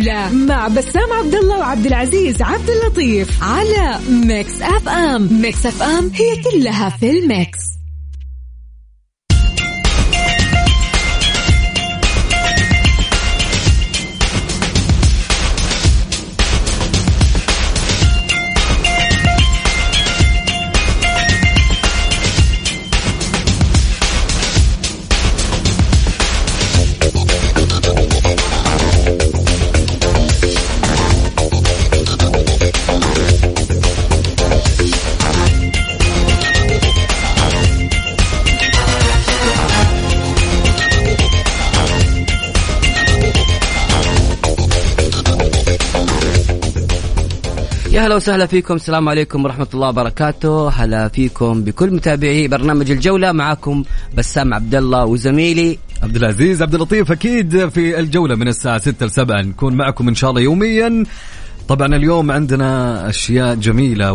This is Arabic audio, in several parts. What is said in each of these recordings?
الجولة مع بسام عبد الله وعبد العزيز عبد اللطيف على ميكس اف ام. ميكس اف ام هي كلها في الميكس. يا هلا وسهلا فيكم. السلام عليكم ورحمة الله وبركاته. هلا فيكم بكل متابعي برنامج الجولة. معكم بسام عبد الله وزميلي عبد العزيز عبد اللطيف. أكيد في الجولة من الساعة 6 ل7 نكون معكم إن شاء الله يوميا. طبعا اليوم عندنا أشياء جميلة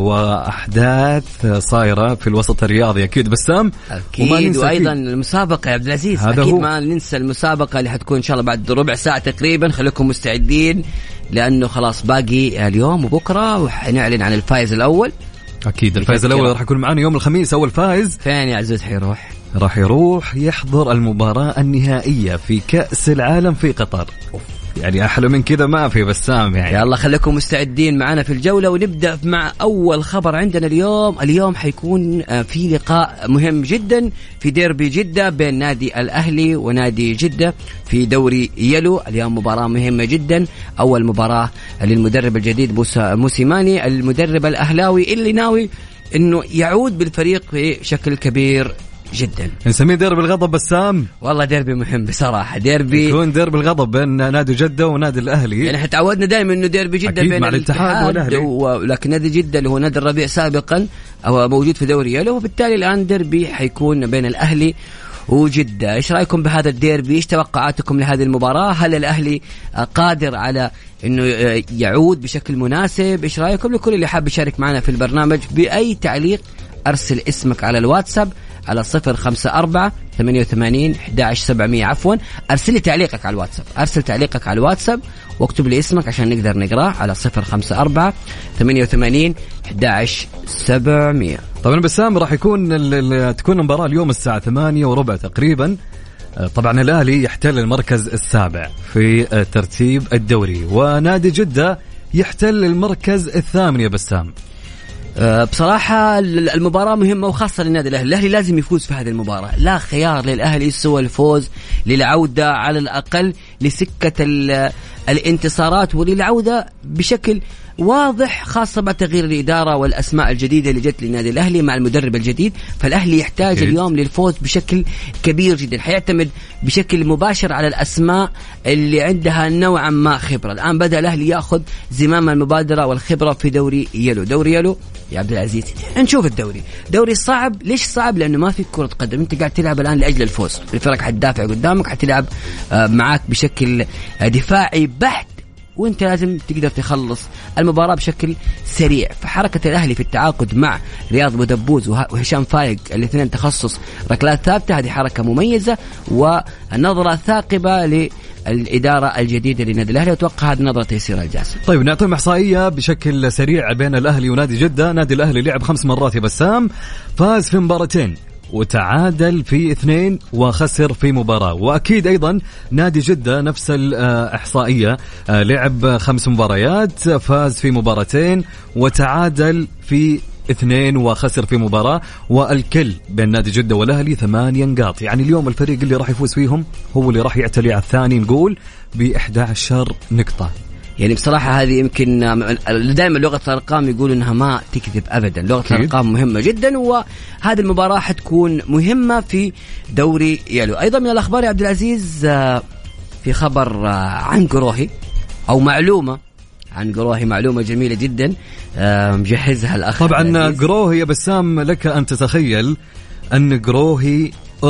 وأحداث صايرة في الوسط الرياضي أكيد بسام. أكيد وأيضا المسابقة يا عبد العزيز. أكيد ما ننسى المسابقة اللي حتكون إن شاء الله بعد ربع ساعة تقريبا. خليكم مستعدين لأنه خلاص باقي اليوم وبكرة وحنعلن عن الفائز الأول. أكيد الفائز الأول راح يكون معنا يوم الخميس. أول فائز فين يا عزوز حيروح؟ راح يروح يحضر المباراة النهائية في كأس العالم في قطر. يعني أحلى من كذا ما في بسام. يعني يلا خليكم مستعدين معنا في الجولة ونبدأ مع أول خبر عندنا اليوم حيكون في لقاء مهم جدا في ديربي جدة بين نادي الأهلي ونادي جدة في دوري يلو. اليوم مباراة مهمة جدا، أول مباراة للمدرب الجديد موسيماني، المدرب الأهلاوي اللي ناوي إنه يعود بالفريق بشكل كبير جدا. نسميه ديربي الغضب بسام. والله ديربي مهم بصراحة. ديربي يكون ديربي الغضب بين نادي جدة ونادي الأهلي. يعني تعودنا دائما إنه ديربي جدة بين الاتحاد والأهلي، ولكن نادي جدة اللي هو نادي الربيع سابقا أو موجود في دوري يلو، وبالتالي الآن ديربي حيكون بين الأهلي وجدة. إيش رأيكم بهذا الديربي؟ إيش توقعاتكم لهذه المباراة؟ هل الأهلي قادر على إنه يعود بشكل مناسب؟ إيش رأيكم؟ لكل اللي حاب يشارك معنا في البرنامج بأي تعليق أرسل اسمك على الواتساب على 054-88-11700. عفوا أرسل لي تعليقك على الواتساب، أرسل تعليقك على الواتساب واكتب لي اسمك عشان نقدر نقراه على 054-88-11700. طبعا بسام راح تكون المباراة اليوم الساعة 8:15 تقريبا. طبعا الأهلي يحتل المركز السابع في ترتيب الدوري، ونادي جدة يحتل المركز الثامن يا بسام. بصراحة المباراة مهمة وخاصة للنادي الأهلي. الأهلي لازم يفوز في هذه المباراة، لا خيار للأهلي سوى الفوز للعودة على الأقل لسكة الانتصارات وللعودة بشكل واضح، خاصة بعد تغيير الإدارة والأسماء الجديدة اللي جت للنادي الأهلي مع المدرب الجديد. فالأهلي يحتاج اليوم للفوز بشكل كبير جدا، حيعتمد بشكل مباشر على الأسماء اللي عندها نوعا ما خبرة. الآن بدأ الأهلي يأخذ زمام المبادرة والخبرة في دوري يلو. دوري يلو يا عبد العزيز نشوف دوري صعب. ليش صعب؟ لأنه ما في كرة قدم، أنت قاعد تلعب الآن لأجل الفوز. الفرق حتدافع قدامك، حتلعب معاك بشكل دفاعي بحت، وانت لازم تقدر تخلص المباراة بشكل سريع. فحركة الأهلي في التعاقد مع رياض بودبوز وهشام فايق الاثنين تخصص ركلات ثابتة، هذه حركة مميزة ونظرة ثاقبة للإدارة الجديدة لنادي الأهلي، وتوقع هذه النظرة تيسير الجاسم. طيب نعطيهم إحصائية بشكل سريع بين الأهلي ونادي جدة. نادي الأهلي لعب 5 مرات يا بسام، فاز في مباراتين وتعادل في 2 وخسر في مباراة. وأكيد أيضا نادي جدة نفس الإحصائية، لعب 5 مباريات، فاز في مباراتين وتعادل في 2 وخسر في مباراة. والكل بين نادي جدة والأهلي 8 نقاط. يعني اليوم الفريق اللي راح يفوز فيهم هو اللي راح يعتلي على الثاني، نقول ب11 نقطة. يعني بصراحة هذه يمكن دائما لغة الأرقام يقولوا أنها ما تكذب أبدا. لغة الأرقام مهمة جدا، وهذه المباراة حتكون مهمة في دوري يلو. أيضا من الأخبار يا عبد العزيز في خبر عن قروهي أو معلومة عن قروهي، معلومة جميلة جدا مجهزها الأخ. طبعا قروهي يا بسام لك أن تتخيل أن قروهي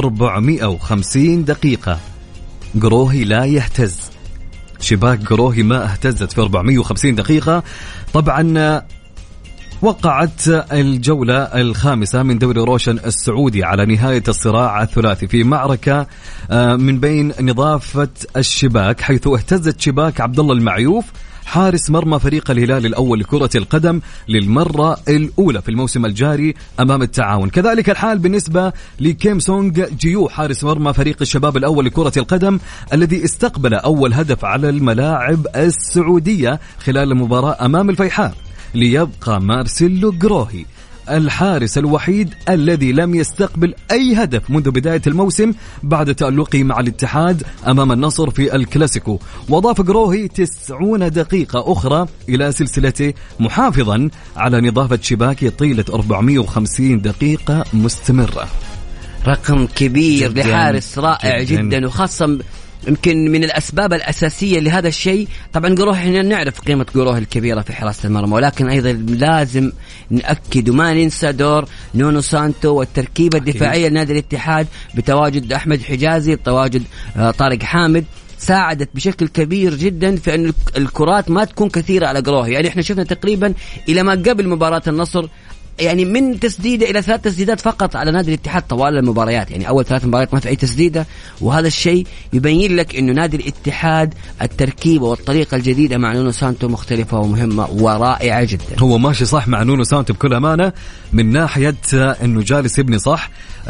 450 دقيقة قروهي لا يهتز. شباك قروهي ما اهتزت في 450 دقيقة. طبعا وقعت الجولة الخامسة من دوري روشن السعودي على نهاية الصراع الثلاثي في معركة من بين نظافة الشباك، حيث اهتزت شباك عبد الله المعيوف حارس مرمى فريق الهلال الأول لكرة القدم للمرة الأولى في الموسم الجاري أمام التعاون. كذلك الحال بالنسبة لكيم سونغ جيو حارس مرمى فريق الشباب الأول لكرة القدم الذي استقبل أول هدف على الملاعب السعودية خلال المباراة أمام الفيحاء، ليبقى مارسيلو جروهي الحارس الوحيد الذي لم يستقبل أي هدف منذ بداية الموسم بعد تألقه مع الاتحاد أمام النصر في الكلاسيكو. وضاف جروهي 90 دقيقة أخرى إلى سلسلته، محافظا على نظافة شباكه طيلة 450 دقيقة مستمرة. رقم كبير لحارس رائع جدا، وخاصة يمكن من الأسباب الأساسية لهذا الشيء. طبعا جروه احنا نعرف قيمة جروه الكبيرة في حراسة المرمى، ولكن أيضا لازم نأكد وما ننسى دور نونو سانتو والتركيبة الدفاعية لنادي الاتحاد بتواجد أحمد حجازي، بتواجد طارق حامد، ساعدت بشكل كبير جدا في أن الكرات ما تكون كثيرة على جروه. يعني احنا شفنا تقريبا إلى ما قبل مباراة النصر يعني من تسديدة إلى 3 تسديدات فقط على نادي الاتحاد طوال المباريات، يعني أول 3 مباريات ما في أي تسديدة. وهذا الشيء يبين لك إنه نادي الاتحاد التركيبة والطريقة الجديدة مع نونو سانتو مختلفة ومهمة ورائعة جدا. هو ماشي صح مع نونو سانتو بكل أمانة، من ناحية إنه جالس يبني صح.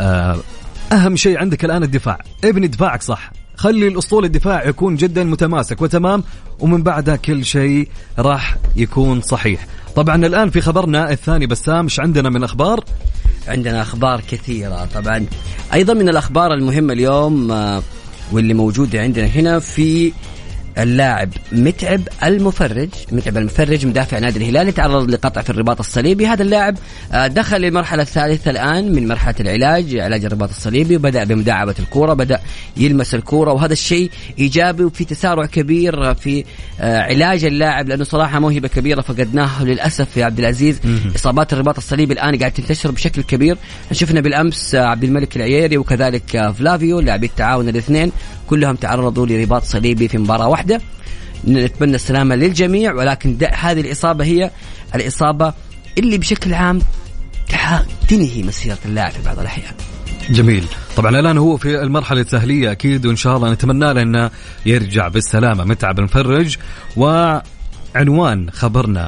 أهم شيء عندك الآن الدفاع، ابني دفاعك صح، خلي الأسطول الدفاع يكون جدا متماسك وتمام، ومن بعدها كل شيء راح يكون صحيح. طبعا الآن في خبرنا الثاني بسام، مش عندنا من أخبار؟ عندنا أخبار كثيرة طبعا. أيضا من الأخبار المهمة اليوم واللي موجودة عندنا هنا في اللاعب متعب المفرج مدافع نادي الهلال تعرض لقطع في الرباط الصليبي. هذا اللاعب دخل للمرحلة الثالثة الآن من مرحلة علاج الرباط الصليبي، بدأ بمداعبة الكرة، بدأ يلمس الكرة، وهذا الشيء إيجابي وفي تسارع كبير في علاج اللاعب، لأنه صراحة موهبة كبيرة فقدناها للأسف يا عبد العزيز. إصابات الرباط الصليبي الآن قاعد تنتشر بشكل كبير. شفنا بالأمس عبد الملك العييري وكذلك فلافيو لاعبي التعاون الاثنين كلهم تعرضوا لرباط صليبي في مباراة واحدة. نتمنى السلامة للجميع، ولكن هذه الإصابة هي الإصابة اللي بشكل عام تنهي مسيرة اللاعب في بعض الأحيان. جميل. طبعا الآن هو في المرحلة التأهيلية أكيد، وإن شاء الله نتمنى له أنه يرجع بالسلامة متعب المفرج. وعنوان خبرنا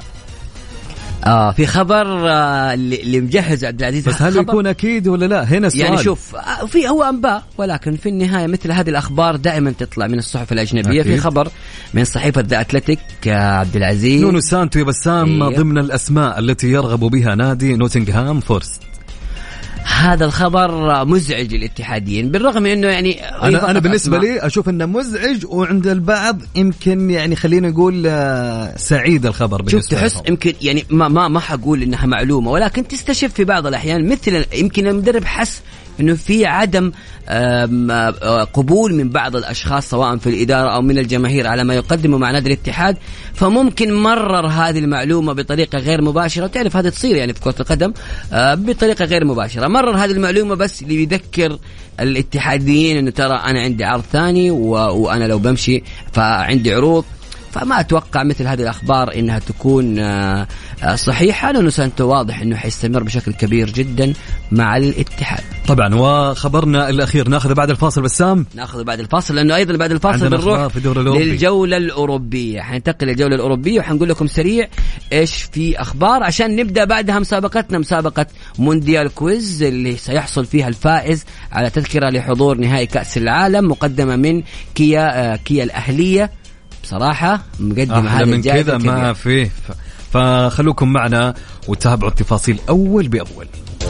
في خبر اللي مجهز عبد العزيز، بس هل يكون أكيد ولا لا؟ هنا السؤال. يعني شوف في هو أنباء، ولكن في النهاية مثل هذه الأخبار دائما تطلع من الصحف الأجنبية. أكيد. في خبر من صحيفة ذا أتلتيك عبد العزيز، نونو سانتو يا بسام ضمن الأسماء التي يرغب بها نادي نوتنغهام فورست. هذا الخبر مزعج للاتحاديين، بالرغم من انه يعني انا بالنسبه لي اشوف انه مزعج، وعند البعض يمكن يعني خلينا نقول سعيد الخبر بالنسبه شوف تحس يمكن يعني ما حقول انها معلومه، ولكن تستشف في بعض الاحيان مثل يمكن المدرب حس انه في عدم قبول من بعض الاشخاص سواء في الاداره او من الجماهير على ما يقدمه مع نادي الاتحاد، فممكن مرر هذه المعلومه بطريقه غير مباشره. وتعرف هذا تصير يعني في كره القدم بطريقه غير مباشره، مرر هذه المعلومه بس ليذكر الاتحاديين انه ترى انا عندي عرض ثاني وانا لو بمشي فعندي عروض. فما أتوقع مثل هذه الأخبار إنها تكون صحيحة، لأنه سانتو واضح إنه حيستمر بشكل كبير جدا مع الاتحاد. طبعا. وخبرنا الأخير نأخذ بعد الفاصل بسام، نأخذ بعد الفاصل، لأنه أيضا بعد الفاصل بنروح للجولة الأوروبية. حننتقل للجولة الأوروبية وحنقول لكم سريع إيش في أخبار عشان نبدأ بعدها مسابقتنا، مسابقة مونديال كويز اللي سيحصل فيها الفائز على تذكرة لحضور نهائي كأس العالم مقدمة من كيا الأهلية. بصراحة مقدم هذا من كذا ما فيه، فخلوكم معنا وتابعوا التفاصيل أول بأول.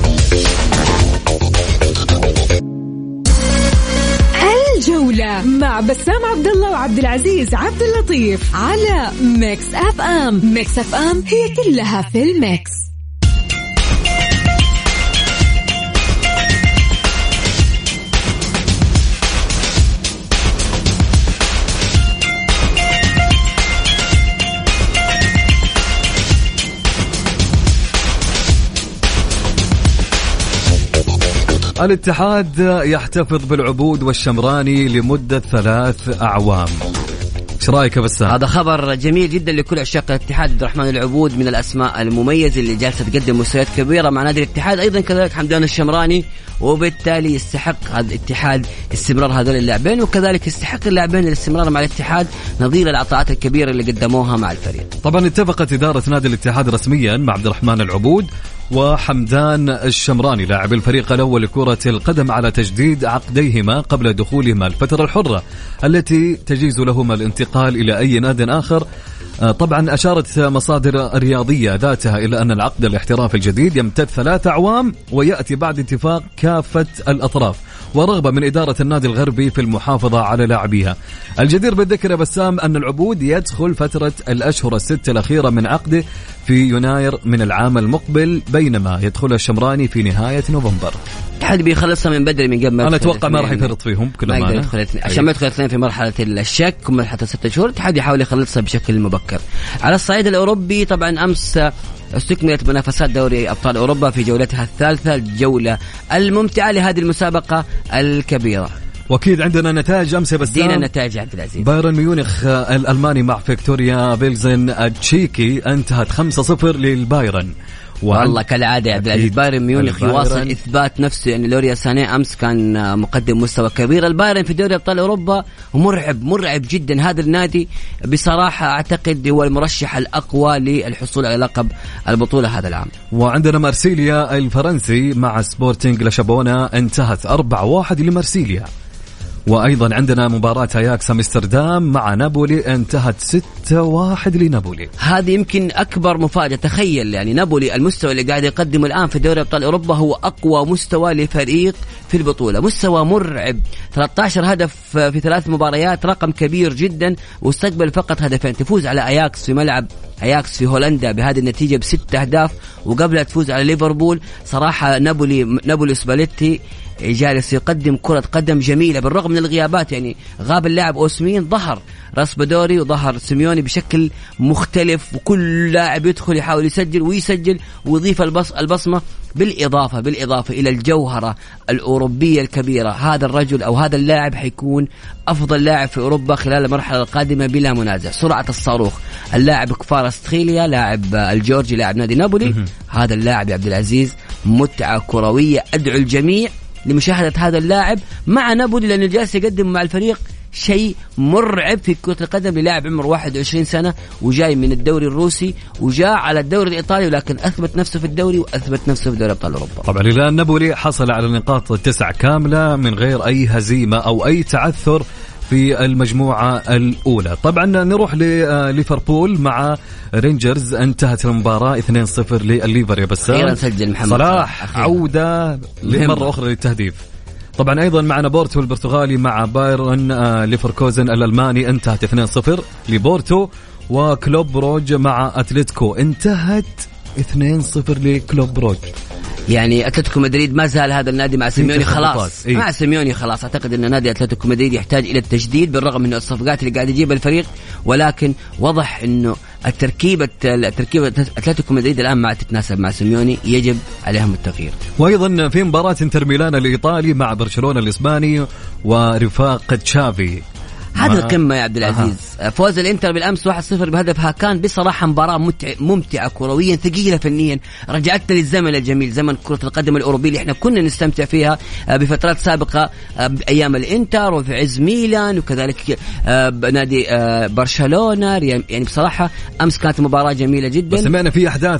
الجولة مع بسام عبد الله وعبد العزيز عبد اللطيف على ميكس اف ام. ميكس اف ام هي كلها في الميكس. الاتحاد يحتفظ بالعبود والشمراني لمدة 3 أعوام. ايش رايك بس؟ هذا خبر جميل جدا لكل عشاق الاتحاد. عبد الرحمن العبود من الاسماء المميزه اللي جالسه تقدم مستويات كبيره مع نادي الاتحاد، ايضا كذلك حمدان الشمراني، وبالتالي يستحق هذا الاتحاد استمرار هذول اللاعبين، وكذلك يستحق اللاعبين الاستمرار مع الاتحاد نظير العطاءات الكبيره اللي قدموها مع الفريق. طبعا اتفقت اداره نادي الاتحاد رسميا مع عبد الرحمن العبود وحمدان الشمراني لاعب الفريق الأول لكرة القدم على تجديد عقديهما قبل دخولهما الفترة الحرة التي تجيز لهما الانتقال إلى أي ناد آخر. طبعا أشارت مصادر رياضية ذاتها إلى أن العقد الاحترافي الجديد يمتد 3 أعوام ويأتي بعد اتفاق كافة الأطراف ورغبة من إدارة النادي الغربي في المحافظة على لاعبيها. الجدير بالذكر يا بسام أن العبود يدخل فترة الأشهر 6 الأخيرة من عقده في يناير من العام المقبل، بينما يدخل الشمراني في نهاية نوفمبر. الاتحاد بيخلصها من بدري من قبل ما أنا أتوقع ما راح يفرط فيهم بكل أمانة عشان ما يدخل اثنين في مرحلة الشك ومرحلة 6 شهور. الاتحاد يحاول يخلصها بشكل مبكر. على الصعيد الأوروبي طبعا أمس استكملت منافسات دوري أبطال أوروبا في جولتها الثالثة، الجولة الممتعة لهذه المسابقة الكبيرة. واكيد عندنا نتائج امس بس دينا النتائج عبد العزيز. بايرن ميونخ الالماني مع فيكتوريا بيلزن التشيكي انتهت 5-0 للبايرن. والله كالعاده يا عبد العزيز بايرن ميونخ يواصل اثبات نفسه، يعني لوريا سانيه امس كان مقدم مستوى كبير. البايرن في دوري ابطال اوروبا مرعب جدا. هذا النادي بصراحه اعتقد هو المرشح الاقوى للحصول على لقب البطوله هذا العام. وعندنا مارسيليا الفرنسي مع سبورتينغ لشبونه انتهت 4-1 لمارسيليا. وأيضا عندنا مباراة أياكس أمستردام مع نابولي انتهت 6-1 لنابولي. هذه يمكن أكبر مفاجأة. تخيل يعني نابولي المستوى اللي قاعد يقدمه الآن في دوري أبطال أوروبا هو أقوى مستوى لفريق في البطولة، مستوى مرعب. 13 هدف في 3 مباريات، رقم كبير جدا، واستقبل فقط هدفين. تفوز على أياكس في ملعب أياكس في هولندا بهذه النتيجة ب6 أهداف، وقبلها تفوز على ليفربول. صراحة نابولي سباليتي جالس يقدم كرة قدم جميلة بالرغم من الغيابات. يعني غاب اللاعب أوسمين، ظهر راسبادوري وظهر سيميوني بشكل مختلف، وكل لاعب يدخل يحاول يسجل ويضيف البصمة. بالإضافة إلى الجوهرة الأوروبية الكبيرة. هذا الرجل أو هذا اللاعب حيكون أفضل لاعب في أوروبا خلال المرحلة القادمة بلا منازع. سرعة الصاروخ. اللاعب كفارستخيليا لاعب الجورجي لاعب نادي نابولي. هذا اللاعب يا عبد العزيز متعة كروية. أدعو الجميع لمشاهدة هذا اللاعب مع نابولي لأنه جالس يقدم مع الفريق شيء مرعب في كرة القدم للاعب عمره 21 سنة وجاي من الدوري الروسي وجاء على الدوري الإيطالي، ولكن أثبت نفسه في الدوري وأثبت نفسه في دوري أبطال أوروبا. طبعا الآن نابولي حصل على النقاط 9 كاملة من غير أي هزيمة أو أي تعثر في المجموعة الأولى. طبعا نروح لليفربول مع رينجرز، انتهت المباراة 2-0 للليفر يا بسام. أخيرا سجل محمد صلاح عودة لمرة أخرى للتهديف. طبعا أيضا معنا بورتو البرتغالي مع بايرن ليفركوزن الألماني انتهت 2-0 لبورتو. وكلوب بروج مع أتلتيكو انتهت 2-0 لكلوب بروج. يعني أتلتيكو مدريد ما زال هذا النادي مع سيميوني خلاص. مع سيميوني خلاص. أعتقد أن نادي أتلتيكو مدريد يحتاج إلى التجديد بالرغم من الصفقات اللي قاعد يجيبها الفريق، ولكن واضح أنه التركيبة أتلتيكو مدريد الآن ما تتناسب مع سيميوني، يجب عليهم التغيير. وأيضا في مباراة انتر ميلان الإيطالي مع برشلونة الإسباني ورفاق تشافي. هذه القمة يا عبد العزيز. فوز الانتر بالأمس 1-0 بهدف هاكان. بصراحة مباراة ممتعة كرويا، ثقيلة فنيا، رجعتنا للزمن الجميل، زمن كرة القدم الأوروبية اللي احنا كنا نستمتع فيها بفترات سابقة أيام الانتر وفي عز ميلان وكذلك نادي برشلونة. يعني بصراحة أمس كانت مباراة جميلة جدا. سمعنا في أحداث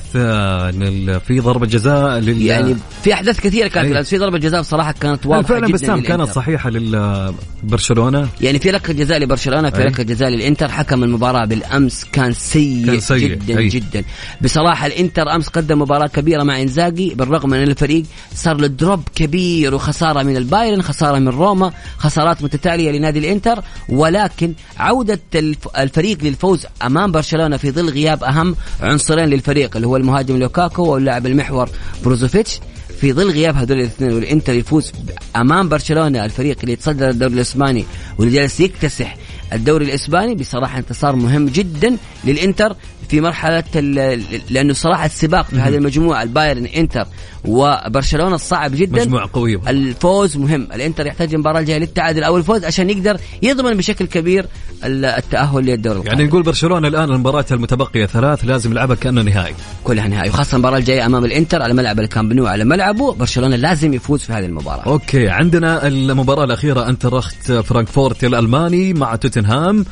في ضربة جزاء يعني في أحداث كثيرة كانت في ضربة جزاء بصراحة كانت واضحة جدا. فعلا بس كانت صحيحة للبرشلونة. يعني في ركلة جزاء لبرشلونة، في ركلة جزاء للإنتر. حكم المباراة بالأمس كان سيء جدا. بصراحة الإنتر أمس قدم مباراة كبيرة مع إنزاغي بالرغم من الفريق صار له دروب كبير، وخسارة من البايرن، خسارة من روما، خسارات متتالية لنادي الإنتر. ولكن عودة الفريق للفوز أمام برشلونة في ظل غياب أهم عنصرين للفريق اللي هو المهاجم لوكاكو واللاعب المحور بروزوفيتش، في ظل غياب هذول الاثنين والإنتر يفوز أمام برشلونة الفريق اللي يتصدر الدوري الإسباني واللي جالس يكتسح الدوري الإسباني بصراحة انتصار مهم جدا للإنتر في مرحلة لأنه صراحة السباق في هذه المجموعة البايرن إنتر وبرشلونة الصعب جدا، مجموعة قوية. الفوز مهم، الإنتر يحتاج المباراة الجاية للتعادل أو الفوز عشان يقدر يضمن بشكل كبير التأهل للدوري القادم. يعني نقول برشلونة الآن المباراة المتبقية 3 لازم يلعبها كأنه نهائي، كلها نهائي، وخاصة المباراة الجاية أمام الإنتر على ملعب الكامب نو على ملعبه، برشلونة لازم يفوز في هذه المباراة. أوكي، عندنا المباراة الأخيرة أنترخت فرانكفورت الألماني مع توتنهام،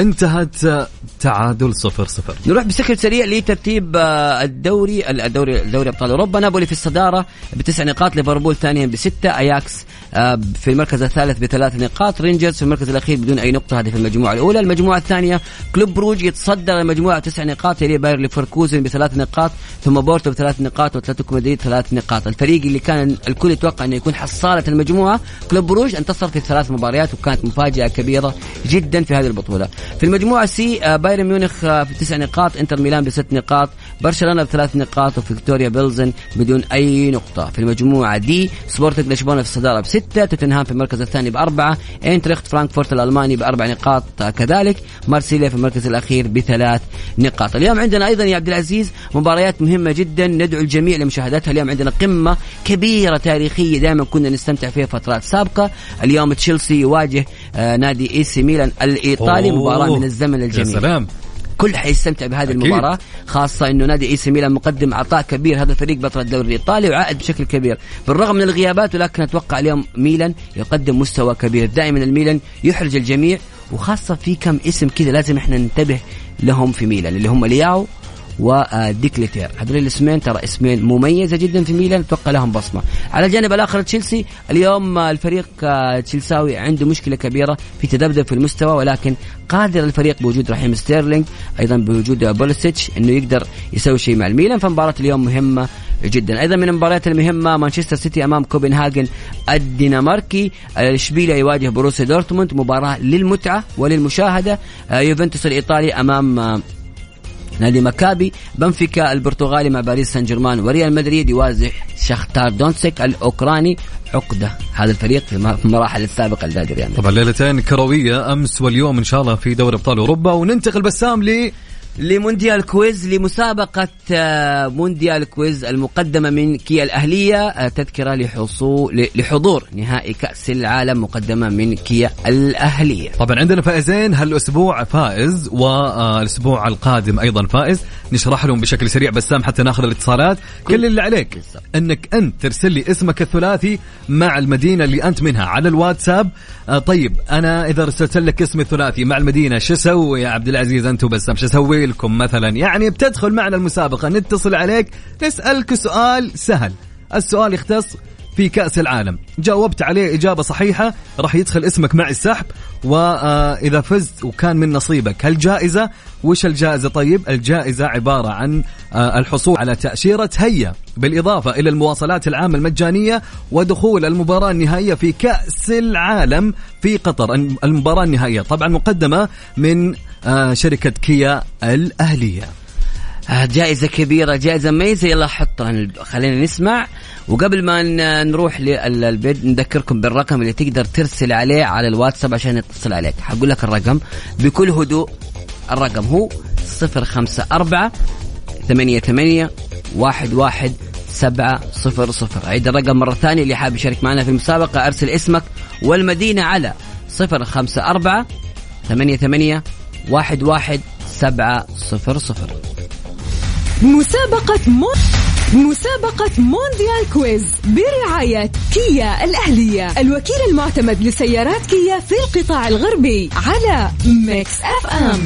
انتهت تعادل 0-0. نروح بشكل سريع لترتيب الدوري أبطال أوروبا. نابولي في الصدارة ب9 نقاط، ليفربول ثانيا ب6، أياكس في المركز الثالث ب3 نقاط، رينجرز في المركز الأخير بدون أي نقطة، هذه في المجموعة الأولى. المجموعة الثانية كلوب بروج يتصدر المجموعة 9 نقاط، يليه باير ليفركوزن ب3 نقاط، ثم بورتو ب3 نقاط، وأتلتيكو مدريد 3 نقاط. الفريق اللي كان الكل يتوقع أنه يكون حصالة المجموعة كلوب بروج انتصر في 3 مباريات، وكانت مفاجأة كبيرة جدا في هذه البطولة. في المجموعة سي بايرن ميونخ في 9 نقاط، انتر ميلان ب6 نقاط، برشلونة ب3 نقاط، وفيكتوريا بيلزن بدون أي نقطة. في المجموعة دي سبورتنج لشبونة في الصدارة ب6، توتنهام في المركز الثاني ب4، اينترخت فرانكفورت الألماني ب4 نقاط كذلك، مارسيليا في المركز الأخير ب3 نقاط. اليوم عندنا أيضا يا عبد العزيز مباريات مهمة جدا ندعو الجميع لمشاهدتها. اليوم عندنا قمة كبيرة تاريخية دائما كنا نستمتع فيها فترات سابقة. اليوم تشيلسي يواجه نادي اي سي ميلان الإيطالي، مباراة من الزمن الجميل. سلام. كل حيستمتع بهذه المباراة، خاصة إنه نادي إي سي ميلان مقدم عطاء كبير، هذا الفريق بطل الدوري الإيطالي وعائد بشكل كبير بالرغم من الغيابات، ولكن أتوقع اليوم ميلان يقدم مستوى كبير. دائما الميلان يحرج الجميع، وخاصة في كم اسم كذا لازم إحنا ننتبه لهم في ميلان، اللي هم لياو وديكليتير. هذول الاسمين ترى اسمين مميزة جدا في ميلان، توقع لهم بصمة. على الجانب الآخر تشيلسي، اليوم الفريق تشيلساوي عنده مشكلة كبيرة في تذبذب في المستوى، ولكن قادر الفريق بوجود رحيم ستيرلينج أيضا بوجود بوليسيتش إنه يقدر يسوي شيء مع الميلان. فمباراة اليوم مهمة جدا. أيضا من المباريات المهمة مانشستر سيتي أمام كوبنهاجن الدنماركي، إشبيليا يواجه بروسيا دورتموند، مباراة للمتعة وللمشاهدة. يوفنتوس الإيطالي أمام نادي مكابي، بنفيكا البرتغالي مع باريس سان جيرمان، وريال مدريد يواجه شختار دونتسك الأوكراني. عقدة هذا الفريق في المراحل السابقة لدادي ريال. طبعا ليلتين كروية أمس واليوم إن شاء الله في دوري أبطال أوروبا. وننتقل بسام لمونديال كويز، لمسابقة مونديال كويز المقدمة من كيا الأهلية، تذكرة لحضور نهائي كأس العالم مقدمة من كيا الأهلية. طبعا عندنا فائزين هالأسبوع، فائز والأسبوع القادم أيضا فائز. نشرح لهم بشكل سريع بسام حتى ناخذ الاتصالات. كل اللي عليك أنك أنت ترسل لي اسمك الثلاثي مع المدينة اللي أنت منها على الواتساب. طيب أنا إذا رسلت لك اسمي الثلاثي مع المدينة شو سوي يا عبد العزيز أنت وبسام؟ شو سوي لكم مثلا؟ يعني بتدخل معنا المسابقة، نتصل عليك نسألك سؤال سهل، السؤال يختص في كأس العالم، جاوبت عليه إجابة صحيحة راح يدخل اسمك مع السحب. وإذا فزت وكان من نصيبك هالجائزة، وش الجائزة؟ طيب الجائزة عبارة عن الحصول على تأشيرة هيا، بالإضافة إلى المواصلات العامة المجانية ودخول المباراة النهائية في كأس العالم في قطر. المباراة النهائية طبعا مقدمة من شركة كيا الأهلية. جائزة كبيرة، جائزة مميزة. يلا حطها، خلينا نسمع. وقبل ما نروح للبيت نذكركم بالرقم اللي تقدر ترسل عليه على الواتساب عشان نتصل عليك. هقول لك الرقم بكل هدوء. الرقم هو 054-88-11700. عيد الرقم مرة ثانية، اللي حاب يشارك معنا في المسابقة أرسل اسمك والمدينة على 054-88-11700. مسابقة مونديال كويز برعاية كيا الأهلية، الوكيل المعتمد لسيارات كيا في القطاع الغربي، على ميكس اف ام.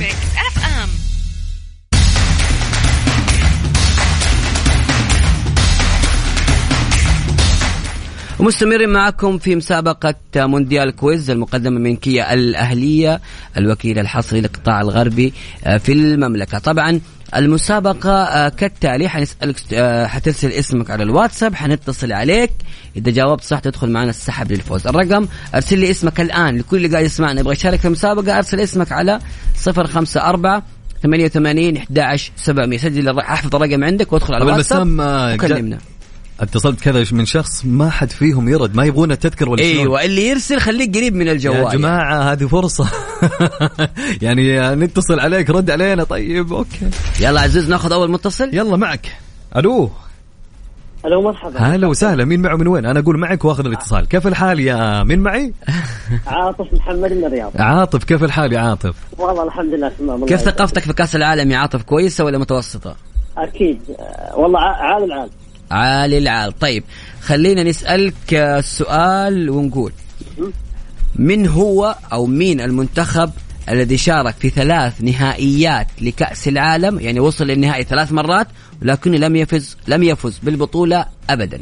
ومستمرين معكم في مسابقة مونديال كويز المقدمة من كيا الأهلية، الوكيل الحصري للقطاع الغربي في المملكة. طبعا المسابقة كالتالي، حنسألك، حترسل اسمك على الواتساب، حنتصل عليك، إذا جاوبت صح تدخل معنا السحب للفوز. الرقم أرسل لي اسمك الآن، لكل اللي قاعد يسمعنا يبغى يشارك في المسابقة أرسل اسمك على 054-88-11700. سجل، أحفظ الرقم عندك وادخل على الواتساب وكلمنا. اتصلت كذا من شخص ما حد فيهم يرد، ما يبغون تذكر ولا شيء. ايوه اللي يرسل خليك قريب من الجوال يا جماعه يعني. هذه فرصه يعني نتصل عليك رد علينا. طيب اوكي يلا عزيز ناخذ اول متصل. يلا معك. الو مرحبا. هلا وسهلا. مين معه من وين؟ انا اقول معك واخذ الاتصال. كيف الحال يا مين معي؟ عاطف محمد من الرياض. عاطف كيف الحال يا عاطف؟ والله الحمد لله تمام. كيف ثقافتك في كأس العالم يا عاطف؟ كويسة ولا متوسطة؟ اكيد والله عالي العال. طيب خلينا نسألك السؤال ونقول من هو أو مين المنتخب الذي شارك في 3 نهائيات لكأس العالم، يعني وصل للنهائي 3 مرات ولكنه لم يفز بالبطولة أبدا؟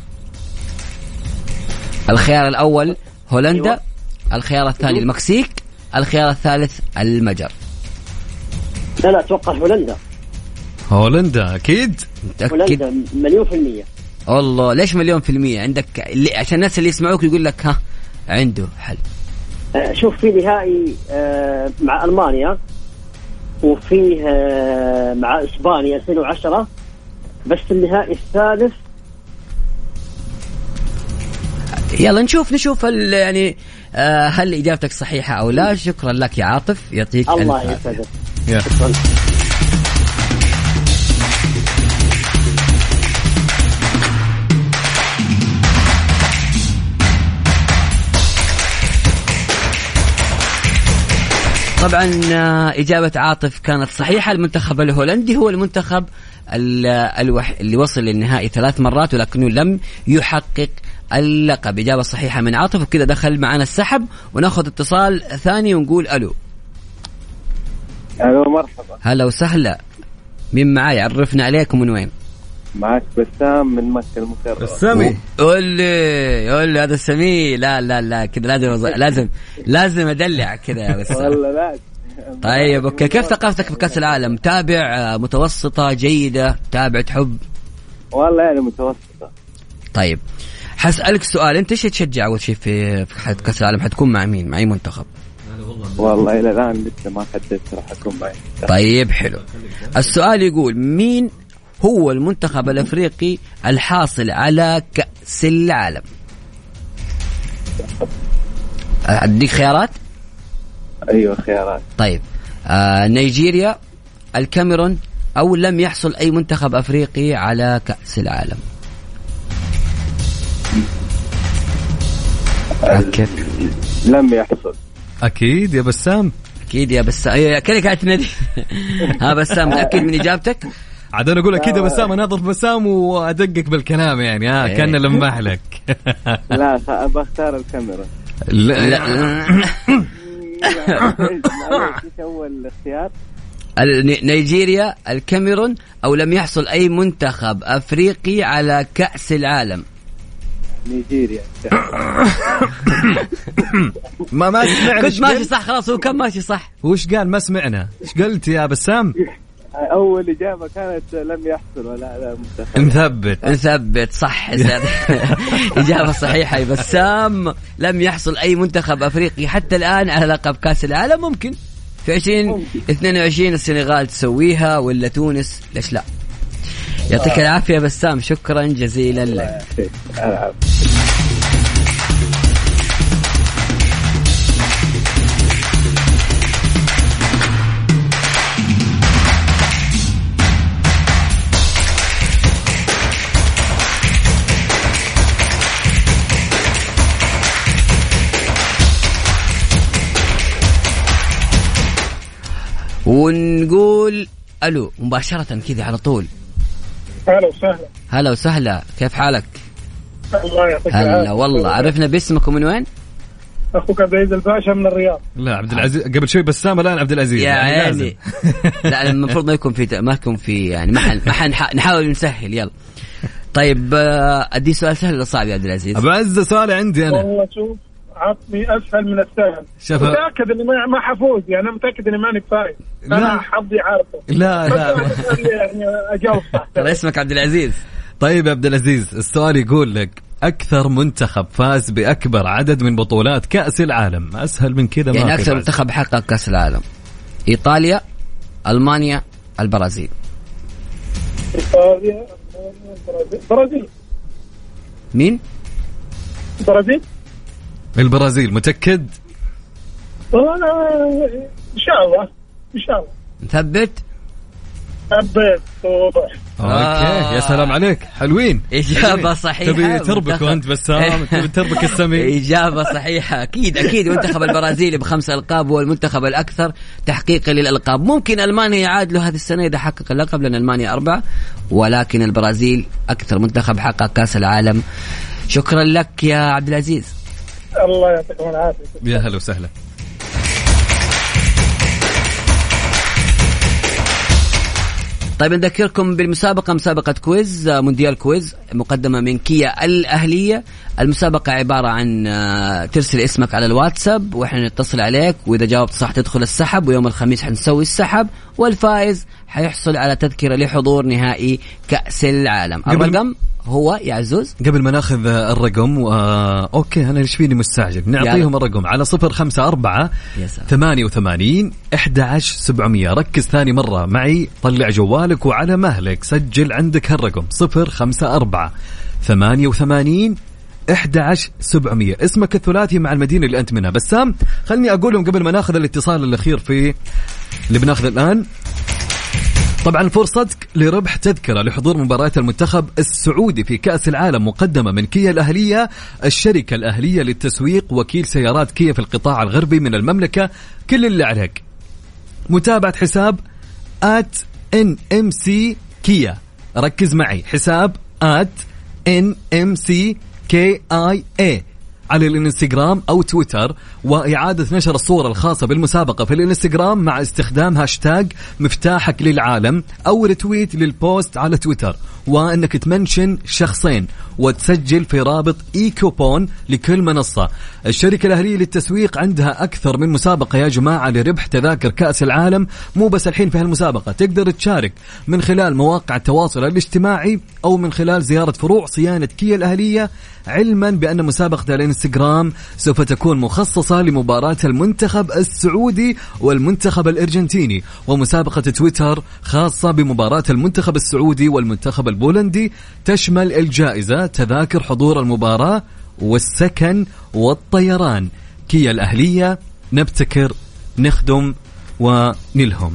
الخيار الأول هولندا. أيوة. الخيار الثاني المكسيك. الخيار الثالث المجر. لا أتوقع هولندا أكيد. هولندا 100%. والله ليش 100%؟ عندك عشان الناس اللي يسمعوك يقول لك ها عنده حل. شوف في نهائي مع ألمانيا وفيه مع إسبانيا 2010 بس النهائي الثالث. يلا نشوف يعني هل إجابتك صحيحة أو لا. شكرا لك يا عاطف يعطيك الله يسعدك. طبعا إجابة عاطف كانت صحيحة. المنتخب الهولندي هو المنتخب اللي وصل للنهائي 3 مرات ولكنه لم يحقق اللقب. إجابة صحيحة من عاطف وكذا دخل معنا السحب. وناخذ اتصال ثاني ونقول ألو. مرحبا. هلا وسهلا. مين معاي؟ عرفنا عليكم من وين؟ معك بسام من مكة المكرمة. السامي. قول لي هذا السمي. لا كذا لازم أدلع كذا يا بسام. والله لا. طيب اوكي. كيف ثقافتك بكأس العالم؟ تابع متوسطة جيدة تابع تحب؟ والله يعني متوسطة. طيب حسألك سؤال، انت ايش تشجع اول شيء في كأس العالم؟ حتكون مع مين؟ مع اي منتخب؟ والله الى الان لسه ما حددت راح اكون معي. طيب حلو. السؤال يقول مين هو المنتخب الافريقي الحاصل على كأس العالم؟ اديك خيارات. ايوه خيارات. طيب نيجيريا، الكاميرون، او لم يحصل اي منتخب افريقي على كأس العالم. أكيد. لم يحصل. اكيد يا بسام. اكيد يا بسام. كذا قاعد تنادي. ها بسام متأكد من اجابتك؟ عاد انا اقول اكيد يا بسام. انا اضرب بسام وادقق بالكلام يعني كان لمح لك. لا بختار الكاميرون. لا ايش اول اختيار؟ نيجيريا، الكاميرون، او لم يحصل اي منتخب افريقي على كأس العالم. نيجيريا. ما سمعنا. كنت ماشي صح خلاص. هو كان ماشي صح. وش قال؟ ما سمعنا. ايش قلت يا بسام؟ اول اجابه كانت لم يحصل ولا منتخب. نثبت صح. اجابه صحيحه يا بسام. لم يحصل اي منتخب افريقي حتى الان على لقب كاس العالم. ممكن في 2022 السنغال تسويها ولا تونس، ليش لا. يعطيك العافيه بسام. شكرا جزيلا لك. ونقول ألو مباشرة كذا على طول. هلا وسهلا. كيف حالك؟ الله يعطيك العافية. هلا والله عرفنا باسمك ومن وين؟ أخوك عبد العزيز الباشا من الرياض. لا عبد العزيز قبل شوي بسام الآن عبد العزيز يا يعني لا المفروض ما يكون في يعني ما نحاول نسهل. يلا طيب أدي سؤال سهل ولا صعب يا عبد العزيز؟ أبو عز سؤال عندي أنا. والله شوف عطني أسهل من السهل. متأكد إني ما حفوز يعني. أنا متأكد إني ماني فايز. أنا حظي عارفه. لا يعني أجاوب صح. اسمك عبد العزيز. طيب يا عبد العزيز السؤال يقول لك أكثر منتخب فاز بأكبر عدد من بطولات كأس العالم. أسهل من كذا يعني ما أكثر منتخب حقق كأس العالم. إيطاليا، ألمانيا، البرازيل. إيطاليا، البرازيل. مين؟ البرازيل. متأكد؟ والله أنا إن شاء الله مثبت؟ اوكي. يا سلام عليك، حلوين. إجابة صحيحة. تبي تربك وانت بسام، تبي تربك السمي. إجابة صحيحة. أكيد المنتخب البرازيلي ب5 ألقاب هو المنتخب الأكثر تحقيقا للألقاب. ممكن ألمانيا يعادلوا هذه السنة إذا حقق اللقب، لأن ألمانيا 4، ولكن البرازيل أكثر منتخب حقق كأس العالم. شكرا لك يا عبد العزيز. الله يعطيكم العافية. يا هلا وسهلا. طيب نذكركم بالمسابقة، مسابقة كويز، مونديال كويز مقدمة من كيا الأهلية. المسابقة عبارة عن ترسل اسمك على الواتساب وإحنا نتصل عليك، وإذا جاوبت صح تدخل السحب، ويوم الخميس حنسوي السحب، والفائز حيحصل على تذكرة لحضور نهائي كأس العالم. الرقم هو يا عزوز قبل ما ناخذ الرقم اوكي انا ايش فيني مستعجل، نعطيهم الرقم على 054 88 11700. ركز ثاني مرة معي، طلع جوالك وعلى مهلك سجل عندك هالرقم 054 88 11700. اسمك الثلاثي مع المدينة اللي أنت منها. بسام خلني أقولهم قبل ما ناخذ الاتصال الأخير في اللي بناخذ الآن. طبعا فرصتك لربح تذكرة لحضور مباراة المنتخب السعودي في كأس العالم مقدمة من كيا الأهلية، الشركة الأهلية للتسويق، وكيل سيارات كيا في القطاع الغربي من المملكة. كل اللي عليك متابعة حساب @NMC كيا. ركز معي، حساب @NMC KIA على الانستغرام أو تويتر، وإعادة نشر الصورة الخاصة بالمسابقة في الانستغرام مع استخدام هاشتاج مفتاحك للعالم، أو رتويت للبوست على تويتر، وأنك تمنشن شخصين وتسجل في رابط إيكوبون لكل منصة. الشركة الأهلية للتسويق عندها أكثر من مسابقة يا جماعة لربح تذاكر كأس العالم. مو بس الحين في هالمسابقة، تقدر تشارك من خلال مواقع التواصل الاجتماعي أو من خلال زيارة فروع صيانة كيا الأهلية، علما بأن مسابقة الانستغرام سوف تكون مخصصة لمباراة المنتخب السعودي والمنتخب الأرجنتيني، ومسابقة تويتر خاصة بمباراة المنتخب السعودي والمنتخب البولندي، تشمل الجائزة تذاكر حضور المباراة والسكن والطيران. كيا الأهلية، نبتكر، نخدم ونلهم.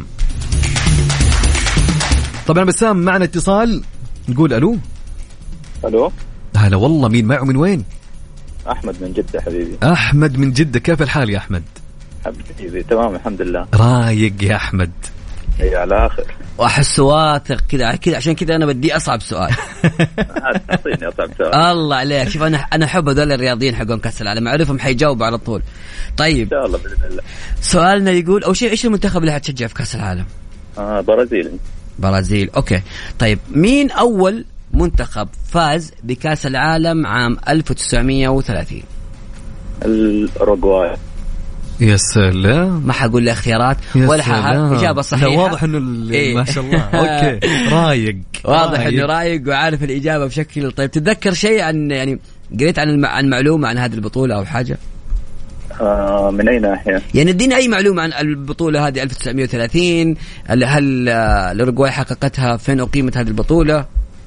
طبعا بسام معنا اتصال، نقول ألو. ألو هلا والله، مين معه من وين؟ أحمد من جدة حبيبي. أحمد من جدة، كيف الحال يا أحمد؟ حبيبي تمام الحمد لله. رايق يا أحمد؟ هي على آخر. وأحس واثق كذا عشان كذا أنا بدي أصعب سؤال. أعطيني أصعب سؤال. الله عليك، شوف أنا أحب هذول الرياضيين حقهم كأس العالم، أعرفهم حيجاوبوا على طول. طيب إن شاء الله بإذن الله. سؤالنا يقول أول شيء إيش المنتخب اللي حتشجع في كأس العالم؟ برازيل. أوكي طيب، مين أول منتخب فاز بكأس العالم عام 1930؟ الأوروغواي. يا سلام، ما حقول لي خيارات ولا إجابة صحيحة. واضح إنه ما شاء الله. أوكي رايق، واضح إنه رايق وعارف الإجابة بشكل. طيب تتذكر شيء عن يعني قريت عن معلومة عن هذه البطولة أو حاجة؟ من أي ناحية؟ يعني ادينا أي معلومة عن البطولة هذه 1930. هل الأوروغواي حققتها؟ فين أقيمت هذه البطولة؟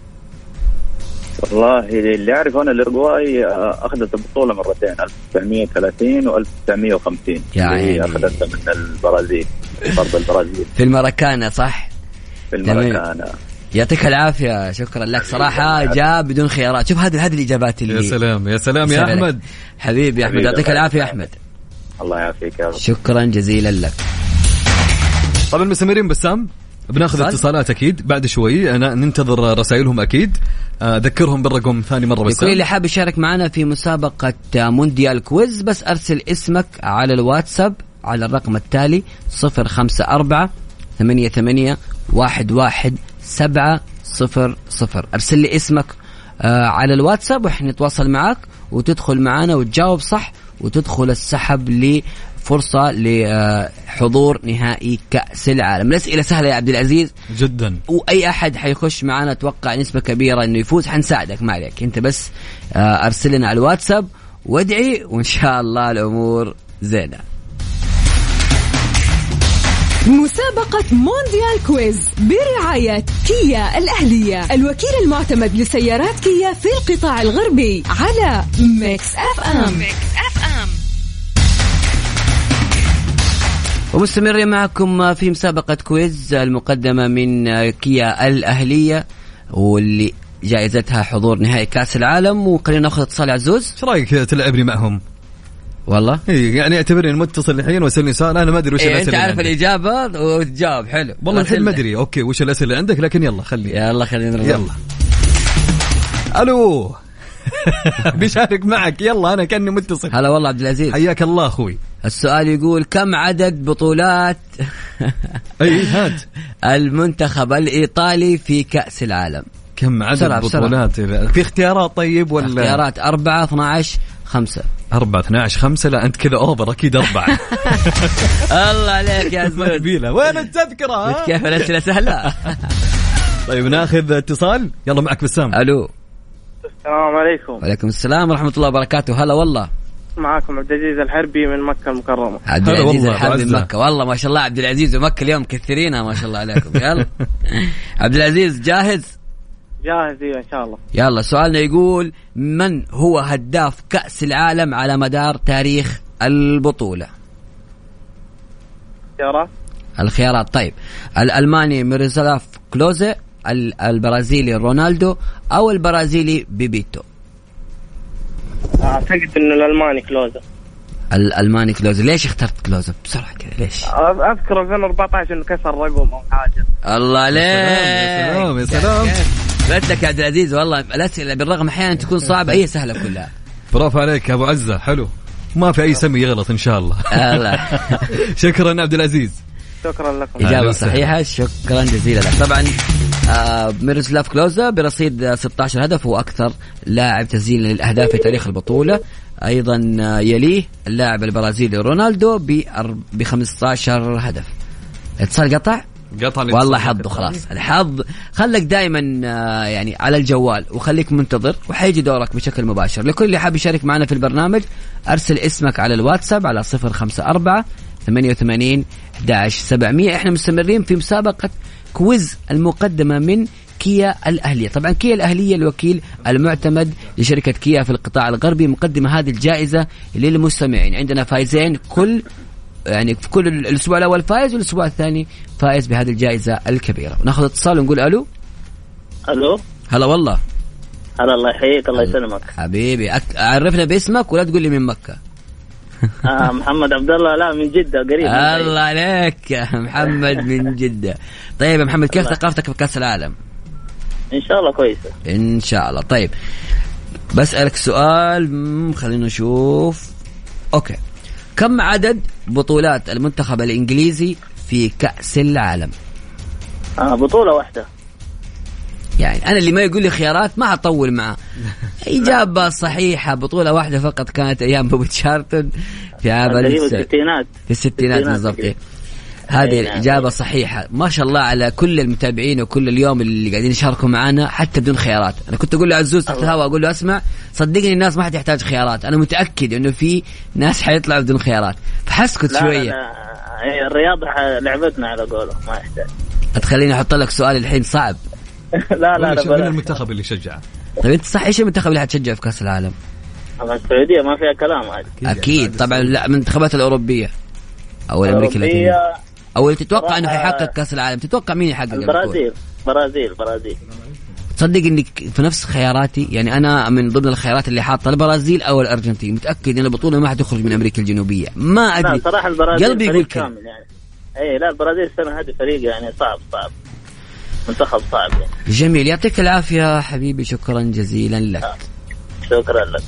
والله اللي أعرف أنا الأوروغواي أخذت البطولة مرتين، 1930 و1950. يعني أخذتها من البرازيل، فرض البرازيل في الماراكانا، صح؟ في الماراكانا. يعطيك العافية، شكرا لك صراحة، جاب بدون خيارات. شوف هذه الإجابات اللي يا سلام يا سلام يا أحمد حبيبي. أحمد يعطيك العافية يا أحمد. الله يعافيك يا رب. شكرا جزيلا لك. طبعا مستمرين بسام، بناخذ اتصالات أكيد بعد شوي، أنا ننتظر رسائلهم أكيد. أذكرهم بالرقم ثاني مرة بس. كل اللي حاب يشارك معنا في مسابقة مونديال كويز بس أرسل اسمك على الواتساب على الرقم التالي 054 88 11700. أرسل لي اسمك على الواتساب وإحنا نتواصل معك وتدخل معنا وتجاوب صح وتدخل السحب لفرصة لحضور نهائي كأس العالم. الأسئلة سهلة يا عبد العزيز جدا، وأي أحد حيخش معنا توقع نسبة كبيرة إنه يفوز، حنساعدك ما عليك، أنت بس أرسل لنا على الواتساب وادعي وإن شاء الله الأمور زينة. مسابقة مونديال كويز برعاية كيا الأهلية، الوكيل المعتمد لسيارات كيا في القطاع الغربي، على ميكس اف ام. ومستمرين معكم في مسابقة كويز المقدمة من كيا الأهلية، واللي جائزتها حضور نهائي كأس العالم. وخلينا ناخذ اتصال. عزوز، ايش رايك تلعبني معهم؟ والله يعني اعتبرني متصل الحين واسالني سؤال انا ما ادري وش الاسئله. انت عارف الاجابه وتجاوب. حلو والله الحين ما ادري. اوكي وش الاسئله اللي عندك؟ لكن يلا خلينا نرجع. يلا الو بيشارك معك. يلا انا كاني متصل. هلا والله عبد العزيز، حياك الله اخوي. السؤال يقول كم عدد بطولات اي هات المنتخب الايطالي في كأس العالم؟ كم عدد بطولات؟ في اختيارات طيب ولا اختيارات 4 12 5. 4 12 5. لا أنت كذا أوفر. أكيد 4. الله عليك يا زود. وين التذكرة؟ كيف الأسئلة سهلة. طيب ناخذ اتصال. يلا معك بسام. ألو. السلام عليكم. وعليكم السلام ورحمة الله وبركاته. هلا والله. معكم عبد العزيز الحربي من مكة المكرمة. عبد العزيز الحربي من مكة. والله ما شاء الله عبد العزيز ومكة اليوم كثيرين ما شاء الله عليكم. يلا عبد العزيز جاهز؟ جاهز إن شاء الله. يلا سؤالنا يقول من هو هداف كأس العالم على مدار تاريخ البطولة؟ الخيارات طيب: الألماني ميروسلاف كلوزا، البرازيلي رونالدو، أو البرازيلي بيبيتو. أعتقد إنه الألماني كلوزا. الألماني كلوزا. ليش اخترت كلوزا بسرعة كذا؟ ليش؟ أذكر 2014 إنه كسر رقم أو حاجة. الله عليك. يا سلام. قلت لك يا عبد العزيز والله الأسئلة بالرغم أحيانا تكون صعبة هي سهلة كلها. برافو عليك يا أبو عزة. حلو. ما في أي سمي يغلط إن شاء الله. شكرا عبد العزيز. شكرا لكم. إجابة صحيحة. شكرا جزيلا لك. طبعا ميروسلاف كلوزا برصيد 16 هدف وأكثر لاعب تسجيلا للأهداف في تاريخ البطولة. أيضا يليه اللاعب البرازيلي رونالدو ب 15 هدف. اتصال قطع والله حظه خلاص. الحظ خلك دائما يعني على الجوال وخليك منتظر وحيجي دورك بشكل مباشر. لكل اللي حاب يشارك معنا في البرنامج أرسل اسمك على الواتساب على 054 88 11 700. احنا مستمرين في مسابقة كويز المقدمة من كيا الأهلية. طبعا كيا الأهلية الوكيل المعتمد لشركة كيا في القطاع الغربي مقدمة هذه الجائزة للمستمعين. عندنا فايزين يعني في كل الأسبوع الأول فائز والأسبوع الثاني فائز بهذه الجائزة الكبيرة. وناخذ اتصال ونقول ألو. هلا والله. هلا الله يحييك. الله يسلمك حبيبي. عرفنا باسمك ولا تقول لي من مكة. محمد عبد الله. لا من جدة قريب. الله عليك يا محمد من جدة. طيب يا محمد كيف ثقافتك في كأس العالم؟ إن شاء الله كويسة إن شاء الله. طيب بسألك سؤال خلينا نشوف. أوكي كم عدد بطولات المنتخب الإنجليزي في كأس العالم؟ بطولة واحدة. يعني أنا اللي ما يقول لي خيارات ما هطول معه. إجابة صحيحة. بطولة واحدة فقط كانت أيام بوبي تشارلتون في عام الستينات بالضبط. هذه الإجابة صحيحة. ما شاء الله على كل المتابعين وكل اليوم اللي قاعدين يشاركوا معنا حتى بدون خيارات. أنا كنت أقول له عزوز تحت الهواء أقول له أسمع صدقني الناس ما حتحتاج خيارات. أنا متأكد إنه في ناس حيطلعوا بدون خيارات فحسكت شوية. لا الرياضة لعبتنا على قوله ما يحتاج. هتخليني أحط لك سؤال الحين صعب. لا من المنتخب اللي شجعه؟ طيب أنت صح إيش المنتخب اللي حتشجع في كأس العالم؟ السعودية ما فيها كلام عادي. أكيد طبعا. لا المنتخبات الأوروبية أو الأمريكية اللاتينية أو تتوقع إنه حيحقق كأس العالم. تتوقع مين يحقق؟ البرازيل. تصدق إنك في نفس خياراتي. يعني أنا من ضمن الخيارات اللي حاطة البرازيل أو الأرجنتين. متأكد إن البطولة ما حتخرج من أمريكا الجنوبية. ما أدري. لا صراحة البرازيل قلبي يقول كذا يعني. لا البرازيل السنة هذه فريق يعني صعب منتخب صعب يعني. جميل يعطيك العافية حبيبي. شكرا جزيلا لك. شكرا لك.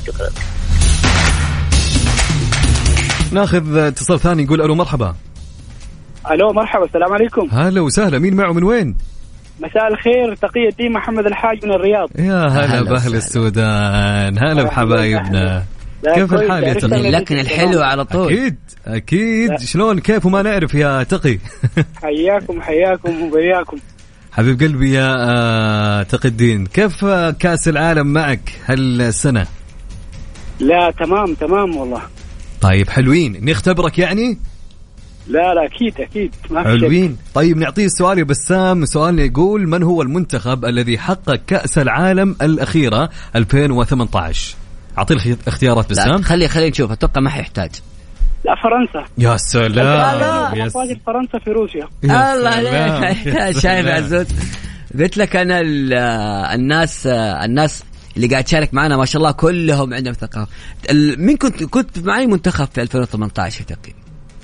ناخذ اتصال ثاني. نقول ألو مرحبا. ألو مرحبا. السلام عليكم. هلا وسهلا. مين معه من وين؟ مساء الخير. تقي الدين محمد الحاج من الرياض. يا هلا بأهل السودان. هلا بحبايبنا. كيف الحال يا تقي؟ لكن الحلو على طول. أكيد. شلون كيف وما نعرف يا تقي. حياكم وبياكم حبيب قلبي يا تقي الدين. كيف كأس العالم معك هالسنة؟ لا تمام والله. طيب حلوين. نختبرك يعني. لا أكيد ما حلوين. طيب نعطيه السؤال يا بسام. سؤالنا يقول من هو المنتخب الذي حقق كأس العالم الأخيرة 2018؟ أعطيه اختيارات بسام. خلي نشوف، أتوقع ما حيحتاج. لا فرنسا. يا سلام. فرنسا في روسيا. الله عليك. شايف عزوز، قلت لك أنا الناس اللي قاعد تشارك معنا ما شاء الله كلهم عندهم ثقافة. مين كنت معي منتخب في 2018 تقريبا؟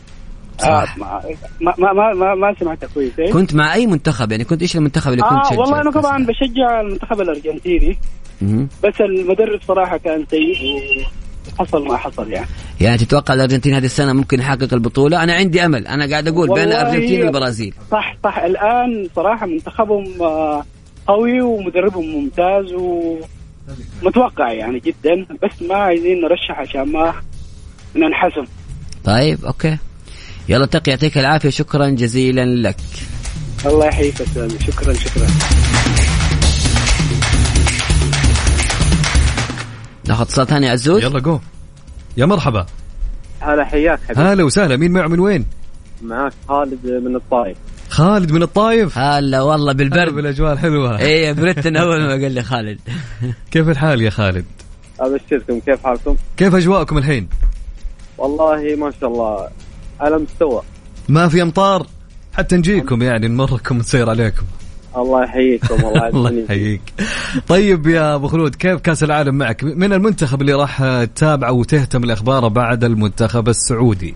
ما سمعت كويس. كنت مع أي منتخب يعني؟ كنت إيش المنتخب اللي كنت تشجع؟ والله أنا طبعا بشجع المنتخب الأرجنتيني. بس المدرب صراحة كان سيء وحصل ما حصل يعني تتوقع الأرجنتين هذه السنة ممكن يحقق البطولة؟ أنا عندي أمل، أنا قاعد أقول بين الأرجنتين والبرازيل. صح الآن صراحة منتخبهم قوي ومدربهم ممتاز ومتوقع يعني جدا، بس ما عايزين نرشح عشان ما ننحسم. طيب أوكي، يلا تقي، يعطيك العافية، شكرا جزيلا لك. الله يحييك أستاذ، شكرا. ناخذ اتصال ثاني عزوز. يلا جو. يا مرحبا. هلا حياك حبيبي. هلا وسهلا. مين من وين؟ معك خالد من الطائف. خالد من الطائف. هلا والله بالبرد بالاجواء الحلوه. ايه بردتن اول ما قال لي خالد. كيف الحال يا خالد؟ ابشركم، كيف حالكم؟ كيف اجواءكم الحين؟ والله ما شاء الله على مستوى. ما في امطار حتى نجيكم يعني نمركم نسير عليكم. الله يحييكم. الله يحييك. طيب يا ابو خلود، كيف كاس العالم معك؟ من المنتخب اللي راح تتابعه وتهتم الاخبار بعد المنتخب السعودي؟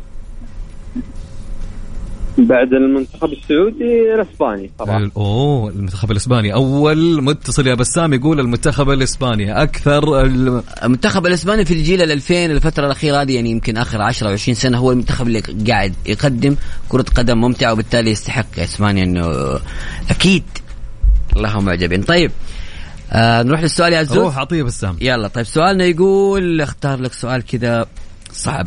بعد المنتخب السعودي الاسباني طبعا. المنتخب الاسباني. اول متصل يا بسام يقول المنتخب الاسباني اكثر. المنتخب الاسباني في الجيل 2000 الفتره الاخيره هذه يعني يمكن اخر 10 او 20 سنه هو المنتخب اللي قاعد يقدم كره قدم ممتعه، وبالتالي يستحق اسبانيا انه اكيد اللهم معجبين. طيب نروح للسؤال يا عزوز. روح اعطيه بسام. يلا طيب سؤالنا يقول اختار لك سؤال كذا صعب.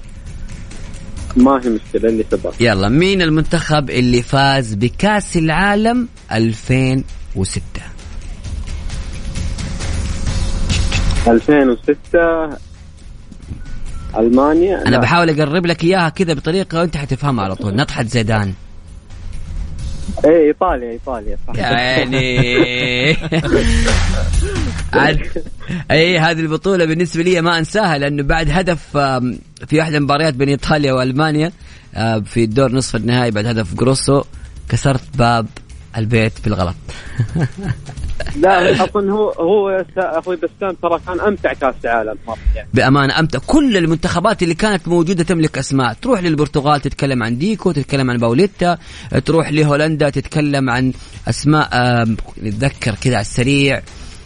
ما هي مشكلة اللي سبق. يلا، مين المنتخب اللي فاز بكأس العالم 2006؟ 2006 ألمانيا. أنا بحاول أقرب لك إياها كذا بطريقة وأنت حتفهمها على طول. نطحة زيدان. ايه ايطاليا صح يعني اي هذه البطولة بالنسبة لي ما انساها، لانه بعد هدف في احدى المباريات بين ايطاليا والمانيا في الدور نصف النهائي، بعد هدف جروسو كسرت باب البيت بالغلط. لا اظن هو اخوي بسام ترى كان امتع كاس عالم يعني. بامانه امتع. كل المنتخبات اللي كانت موجوده تملك اسماء. تروح للبرتغال تتكلم عن ديكو، تتكلم عن باوليتا، تروح لهولندا تتكلم عن اسماء نتذكر كذا على السريع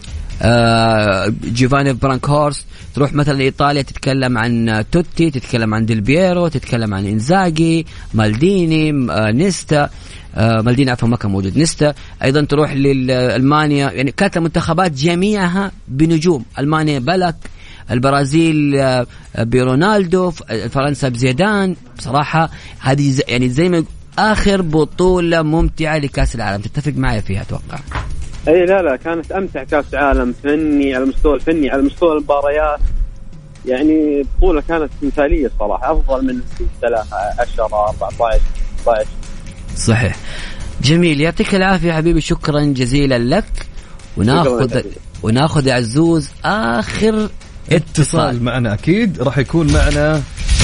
جيفاني برانكهورست. تروح مثلا لإيطاليا تتكلم عن توتي، تتكلم عن ديلبيرو، تتكلم عن إنزاغي، مالديني، نيستا. مالديني عفوا ما كان موجود، نيستا. أيضا تروح لألمانيا، يعني كانت المنتخبات جميعها بنجوم. ألمانيا بلك، البرازيل برونالدو، فرنسا بزيدان. بصراحة هذه يعني زي ما آخر بطولة ممتعة لكأس العالم. تتفق معي فيها أتوقع؟ اي لا كانت امتع كاس عالم فني على المستوى الفني، على مستوى المباريات يعني بطولة كانت مثالية صراحة، افضل من 13 14 16. صحيح. جميل، يعطيك العافية حبيبي، شكرا جزيلا لك. وناخذ يا عزوز اخر اتصال معنا. اكيد راح يكون معنا.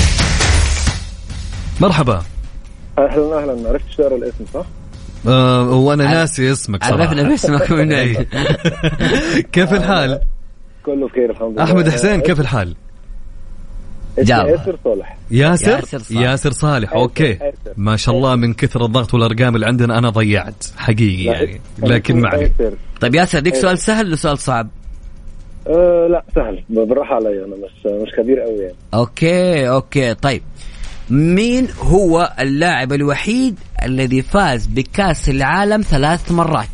مرحبا. اهلا عرفت شعر الاسم صح؟ وانا ناسي اسمك صراحة. عرفنا باسمك من اي. كيف الحال؟ كله بخير الحمد لله. احمد حسين كيف الحال؟ ياسر صالح. ياسر صالح. اوكي ما شاء الله، من كثر الضغط والارقام اللي عندنا انا ضيعت حقيقي يعني، لكن ما عليك. طيب ياسر ديك سؤال سهل ولا سؤال صعب؟ لا سهل بالراحة علي، انا مش كبير قوي يعني. اوكي طيب، مين هو اللاعب الوحيد الذي فاز بكأس العالم 3 مرات؟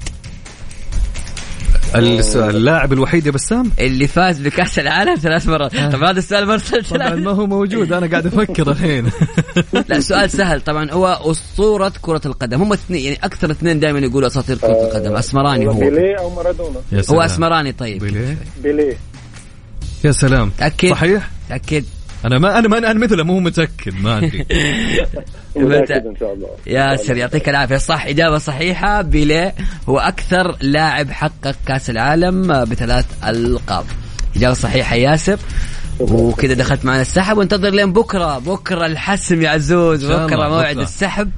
اللاعب الوحيد يا بسام اللي فاز بكأس العالم 3 مرات. طبعا هذا السؤال مرسل طبعا ما هو موجود، أنا قاعد أفكر الحين. لا سؤال سهل طبعا. هو أسطورة كرة القدم. هم اثنين يعني، أكثر اثنين دائما يقولوا أساطير كرة القدم. أسمراني هو بيليه أو مارادونا. هو أسمراني. طيب بيليه. يا سلام. تأكد؟ صحيح تأكد. انا مثله مو متاكد ما ادري. متاكد ان شاء الله. ياسر يعطيك العافيه. صح، اجابه صحيحه. بيليه هو اكثر لاعب حقق كاس العالم ب3 ألقاب. اجابه صحيحه ياسر. وكذا دخلت معنا السحب، وانتظر لين بكره الحسم يا عزوز. بكره موعد السحب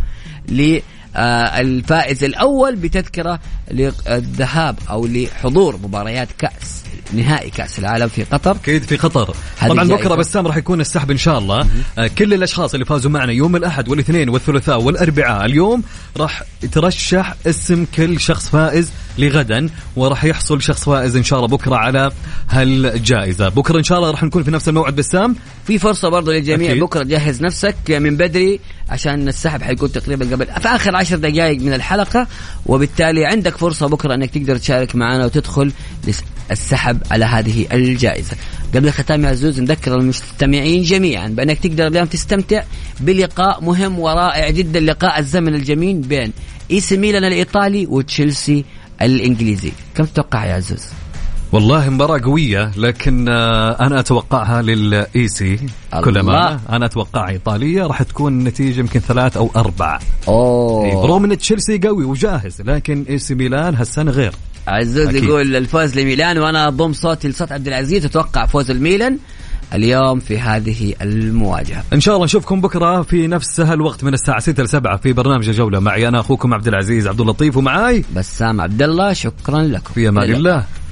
للفائز الأول بتذكرة للذهاب أو لحضور مباريات نهائي كأس العالم في قطر. أكيد في قطر طبعا. بكرة بسام راح يكون السحب إن شاء الله. كل الأشخاص اللي فازوا معنا يوم الأحد والاثنين والثلاثاء والأربعاء اليوم راح يترشح اسم كل شخص فائز لغدا، وراح يحصل شخص فائز إن شاء الله بكرة على هالجائزة. بكرة إن شاء الله راح نكون في نفس الموعد بسام. في فرصة برضو للجميع أكيد. بكرة جهز نفسك من بدري عشان السحب حيكون تقريبا قبل في آخر 10 دقائق من الحلقة، وبالتالي عندك فرصة بكرة أنك تقدر تشارك معنا وتدخل السحب على هذه الجائزة. قبل الختام يا عزوز نذكر المستمعين جميعا بأنك تقدر اليوم تستمتع بلقاء مهم ورائع جدا، لقاء الزمن الجميل بين إيسي ميلان الإيطالي وتشيلسي الإنجليزي. كم تتوقع يا عزوز؟ والله مباراة قوية، لكن أنا أتوقعها للإيسي. كل ما أنا أتوقع إيطالية راح تكون النتيجة يمكن 3 أو 4. برغم أن تشيلسي قوي وجاهز، لكن إيسي ميلان هالسنة غير. عزوز أكيد. يقول الفوز لميلان، وأنا أضم صوتي لصوت عبد العزيز. تتوقع فوز الميلان اليوم في هذه المواجهة. إن شاء الله نشوفكم بكرة في نفس الوقت من الساعة 6 ل 7 في برنامج الجولة. معي أنا أخوكم عبد العزيز عبد اللطيف، ومعاي بسام عبد الله. شكرا لكم. في أمان الله.